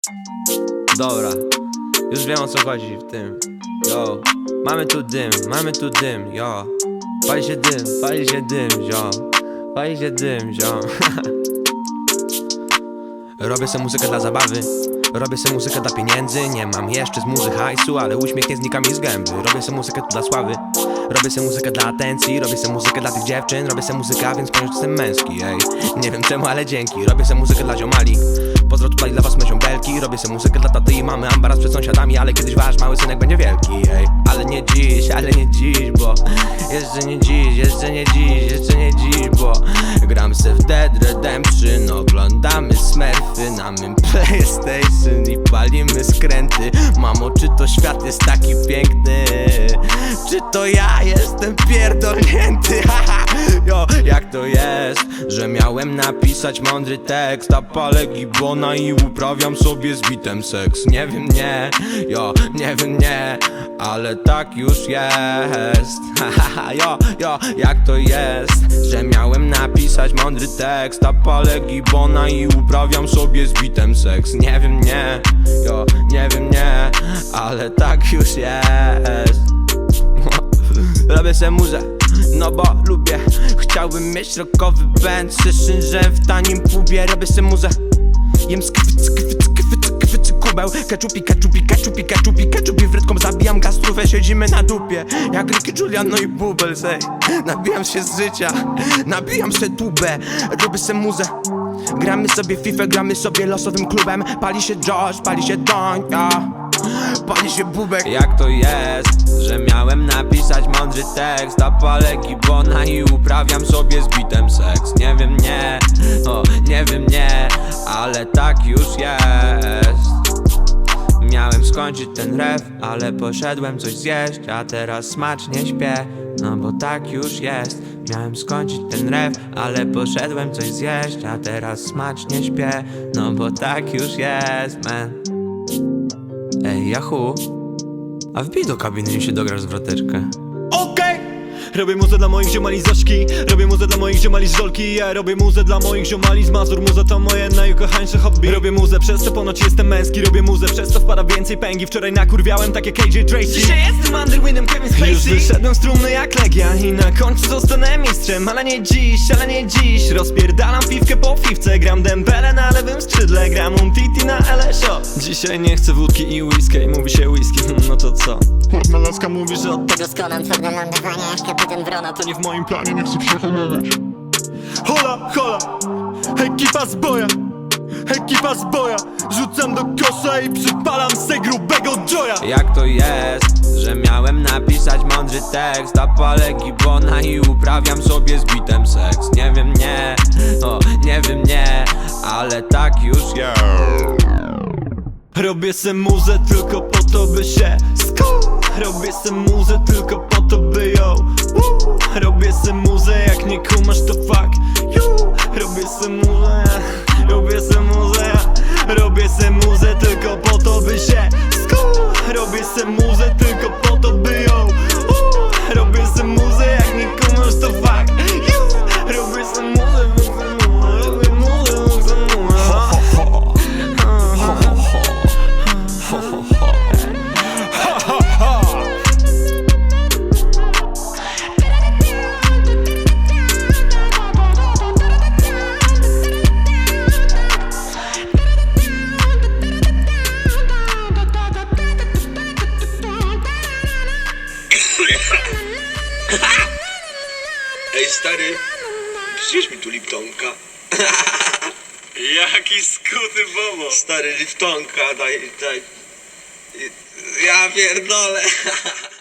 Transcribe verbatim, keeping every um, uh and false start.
Dobra, już wiem o co chodzi w tym. Yo, mamy tu dym, mamy tu dym, yo. Pali się dym, pali się dym, yo. Pali się dym, yo. Robię sobie muzykę dla zabawy, robię sobie muzykę dla pieniędzy. Nie mam jeszcze z muzy hajsu, ale uśmiech nie znika mi z gęby. Robię sobie muzykę tu dla sławy, robię sobie muzykę dla atencji. Robię sobie muzykę dla tych dziewczyn, robię sobie muzykę, więc ponieważ jestem męski, ej. Nie wiem czemu, ale dzięki. Robię sobie muzykę dla ziomali, pozdro tutaj dla was me ziąbelki. Robię sobie muzykę dla taty i mamy, ambaras przed sąsiadami. Ale kiedyś wasz mały synek będzie wielki, ej. Ale nie dziś, ale nie dziś, bo jeszcze nie dziś, jeszcze nie dziś, jeszcze nie dziś, bo gram se w Dead Redemption, oglądamy Smurfy na mym PlayStation i palimy skręty. Mamo, czy to świat jest taki piękny? Czy to ja jestem pierdolnięty? Haha, jo, jak to jest, że miałem napisać mądry tekst, a palę gibona i uprawiam sobie z bitem seks. Nie wiem, nie, jo, nie wiem, nie, ale tak już jest. Haha, jo, jo, jak to jest, że miałem napisać mądry tekst, a palę gibona i uprawiam sobie z bitem seks. Nie wiem, nie, jo, nie wiem, nie, ale tak już jest. Robię se muzę, no bo lubię. Chciałbym mieć rockowy band, session, że w tanim pubie. Robię se muzę, jem skwycy, skwycy, skwycy, skwycy kubeł. Keczupi, keczupi, keczupi, keczupi, keczupi wrytką zabijam gastrówę, siedzimy na dupie jak Ricky, Julian, no i Bubbles, ej. Nabijam się z życia, nabijam se tubę. Robię se muzę, gramy sobie FIFA, gramy sobie losowym klubem. Pali się Josh, pali się Don, yeah. Pali się bubek. Jak to jest, że miałem napisać mądry tekst, a palę gibona i uprawiam sobie z bitem seks. Nie wiem, nie, o, nie wiem, nie, ale tak już jest. Miałem skończyć ten ref, ale poszedłem coś zjeść, a teraz smacznie śpię, no bo tak już jest. Miałem skończyć ten ref, ale poszedłem coś zjeść, a teraz smacznie śpię, no bo tak już jest, man. Ej, Yahoo, a wbij do kabiny i się dograsz z wroteczkę. Okej! Robię muzę dla moich ziomali z Ośki, robię muzę dla moich ziomali z Żolki. Ja robię muzę dla moich ziomali z Mazur. Muza to moje najukochańsze hobby. Robię muzę, przez to ponoć jestem męski. Robię muzę, przez to wpada więcej pęgi. Wczoraj nakurwiałem tak jak K J Tracy. Dzisiaj jestem Underwinem, Kevin Spacey. Już wyszedłem z trumny jak Legia i na końcu zostanę mistrzem. Ale nie dziś, ale nie dziś. Rozpierdalam piwkę po piwce. Gram Dembele na lewym skrzydle, gram Umtiti na L S O. Dzisiaj nie chcę wódki i whisky, mówi się whisky, no to co? Chłodna laska mówi, że od tego Doskonam twego lądowania jak kapitan Wrona. to nie w moim planie, nie chcę przechowywać. Hola, hola, ekipa z boja, ekipa z boja. Rzucam do kosza i przypalam se grubego joya. Jak to jest, że miałem napisać mądry tekst, a palę gibona i uprawiam sobie z bitem seks. Nie wiem, nie, o, nie wiem, nie, ale tak już jest. Robię se muzę tylko po to, by się sku. Robię se muzę tylko po to, by ją uh. Robię se muzę, jak nie kumasz to fuck you. Robię se muzę, robię se muzę, robię se muzę tylko po to, by się sku. Robię se muzę tylko po to, by ją uh. Robię se muzę, jak nie kumasz to fuck you. Robię se muzę, robię muzę, robię Ej stary, przynieś mi tu Liptonka. Jaki skuty bobo. Stary, Liptonka, daj, daj. Ja pierdolę.